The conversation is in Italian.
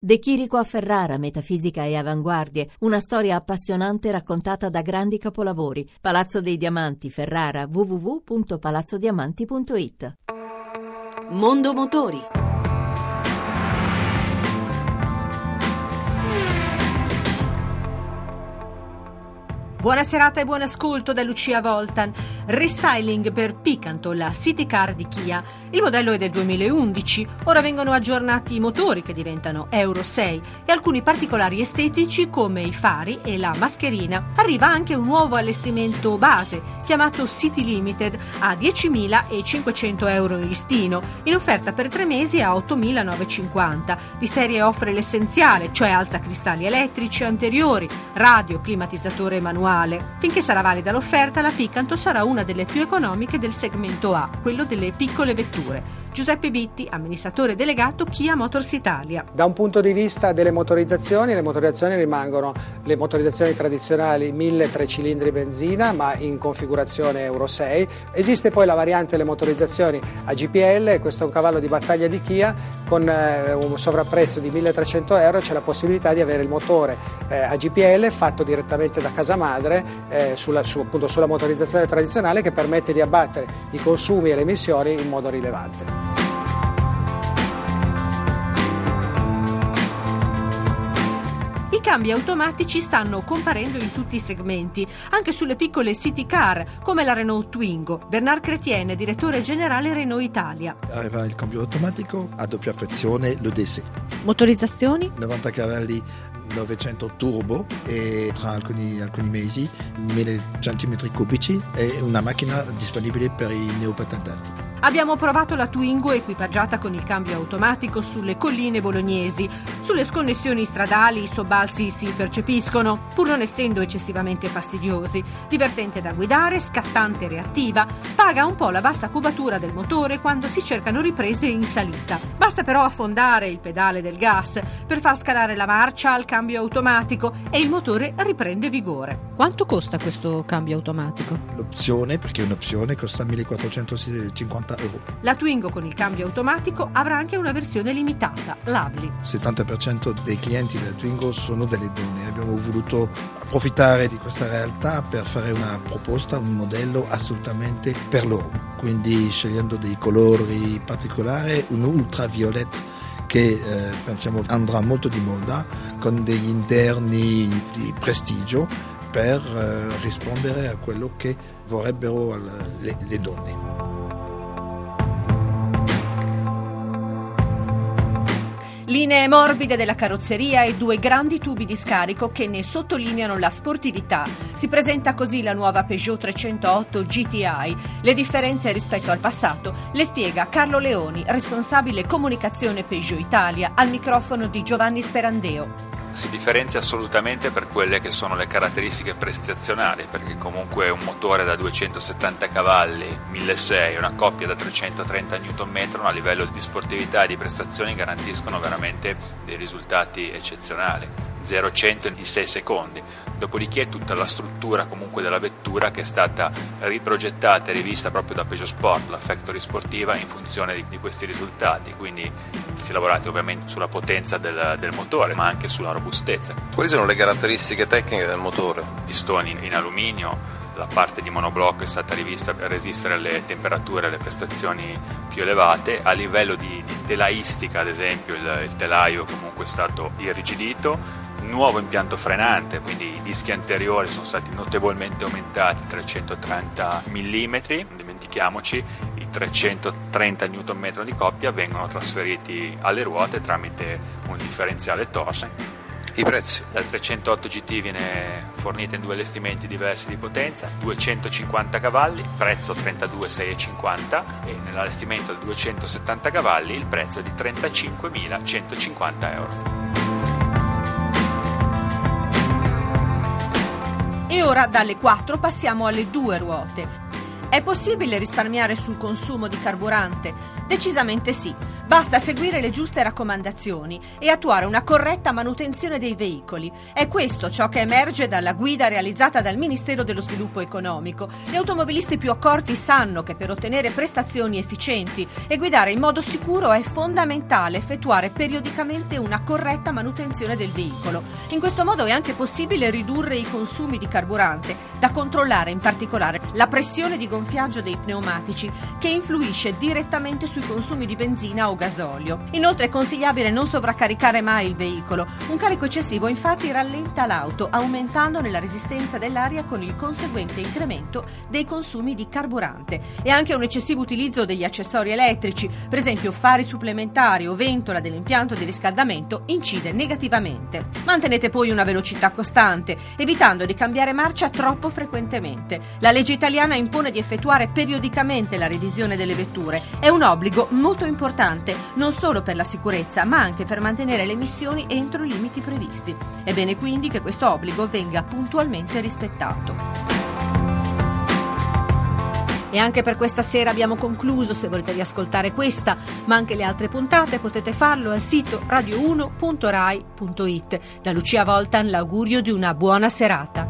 De Chirico a Ferrara, metafisica e avanguardie, una storia appassionante raccontata da grandi capolavori. Palazzo dei Diamanti, Ferrara, www.palazzodiamanti.it. Mondo Motori. Buona serata e buon ascolto da Lucia Voltan. Restyling per Picanto, la City Car di Kia. Il modello è del 2011, ora vengono aggiornati i motori che diventano Euro 6 e alcuni particolari estetici come i fari e la mascherina. Arriva anche un nuovo allestimento base chiamato City Limited a 10.500 euro in listino, in offerta per 3 mesi a 8.950. Di serie offre l'essenziale, cioè alzacristalli elettrici anteriori, radio, climatizzatore manuale. Finché sarà valida l'offerta, la Picanto sarà una delle più economiche del segmento A, quello delle piccole vetture. Giuseppe Bitti, amministratore delegato Kia Motors Italia. Da un punto di vista delle motorizzazioni, le motorizzazioni rimangono le motorizzazioni tradizionali 1.3 cilindri benzina, ma in configurazione Euro 6. Esiste poi la variante delle motorizzazioni a GPL, questo è un cavallo di battaglia di Kia, con un sovrapprezzo di 1.300 euro c'è la possibilità di avere il motore a GPL fatto direttamente da casa madre sulla motorizzazione tradizionale, che permette di abbattere i consumi e le emissioni in modo rilevante. I cambi automatici stanno comparendo in tutti i segmenti, anche sulle piccole city car come la Renault Twingo. Bernard Chrétien, direttore generale Renault Italia. Arriva il cambio automatico a doppia frizione, l'EDC. Motorizzazioni? 90 cavalli 900 turbo e tra alcuni mesi 1000 cm3 e una macchina disponibile per i neopatentati. Abbiamo provato la Twingo equipaggiata con il cambio automatico sulle colline bolognesi. Sulle sconnessioni stradali i sobbalzi si percepiscono, pur non essendo eccessivamente fastidiosi. Divertente da guidare, scattante e reattiva, paga un po' la bassa cubatura del motore quando si cercano riprese in salita. Basta però affondare il pedale del gas per far scalare la marcia al cambio automatico e il motore riprende vigore. Quanto costa questo cambio automatico? L'opzione, perché un'opzione, costa 1.450 euro. La Twingo con il cambio automatico avrà anche una versione limitata, Lovely. Il 70% dei clienti della Twingo sono delle donne. Abbiamo voluto approfittare di questa realtà per fare una proposta, un modello assolutamente per loro. Quindi scegliendo dei colori particolari, un ultraviolet che pensiamo andrà molto di moda, con degli interni di prestigio per rispondere a quello che vorrebbero le donne. Linee morbide della carrozzeria e 2 grandi tubi di scarico che ne sottolineano la sportività. Si presenta così la nuova Peugeot 308 GTI. Le differenze rispetto al passato le spiega Carlo Leoni, responsabile comunicazione Peugeot Italia, al microfono di Giovanni Sperandeo. Si differenzia assolutamente per quelle che sono le caratteristiche prestazionali, perché comunque un motore da 270 cavalli, 1600, una coppia da 330 Nm a livello di sportività e di prestazioni garantiscono veramente dei risultati eccezionali. 0-100 in 6 secondi, dopodiché tutta la struttura comunque della vettura che è stata riprogettata e rivista proprio da Peugeot Sport, la factory sportiva, in funzione di questi risultati, quindi si è lavorato ovviamente sulla potenza del motore ma anche sulla robustezza. Quali sono le caratteristiche tecniche del motore? Pistoni in alluminio, la parte di monoblocco è stata rivista per resistere alle temperature e alle prestazioni più elevate. A livello di telaistica, ad esempio, il telaio comunque è stato irrigidito, nuovo impianto frenante, quindi i dischi anteriori sono stati notevolmente aumentati, 330 mm, non dimentichiamoci, i 330 Nm di coppia vengono trasferiti alle ruote tramite un differenziale torse. I prezzi? Dal 308 GT viene fornita in 2 allestimenti diversi di potenza, 250 cavalli, prezzo 32.650, e nell'allestimento del 270 cavalli il prezzo è di 35.150 euro. E ora dalle 4 passiamo alle 2 ruote. È possibile risparmiare sul consumo di carburante? Decisamente sì. Basta seguire le giuste raccomandazioni e attuare una corretta manutenzione dei veicoli. È questo ciò che emerge dalla guida realizzata dal Ministero dello Sviluppo Economico. Gli automobilisti più accorti sanno che per ottenere prestazioni efficienti e guidare in modo sicuro è fondamentale effettuare periodicamente una corretta manutenzione del veicolo. In questo modo è anche possibile ridurre i consumi di carburante, da controllare in particolare la pressione di gonfiaggio dei pneumatici, che influisce direttamente sui consumi di benzina o gasolio. Inoltre è consigliabile non sovraccaricare mai il veicolo. Un carico eccessivo infatti rallenta l'auto, aumentandone la resistenza dell'aria con il conseguente incremento dei consumi di carburante. E anche un eccessivo utilizzo degli accessori elettrici, per esempio fari supplementari o ventola dell'impianto di riscaldamento, incide negativamente. Mantenete poi una velocità costante, evitando di cambiare marcia troppo frequentemente. La legge italiana impone di effettuare periodicamente la revisione delle vetture. È un obbligo molto importante, non solo per la sicurezza, ma anche per mantenere le emissioni entro i limiti previsti. È bene quindi che questo obbligo venga puntualmente rispettato. E anche per questa sera abbiamo concluso. Se volete riascoltare questa, ma anche le altre puntate, potete farlo al sito radio1.rai.it. Da Lucia Voltan l'augurio di una buona serata.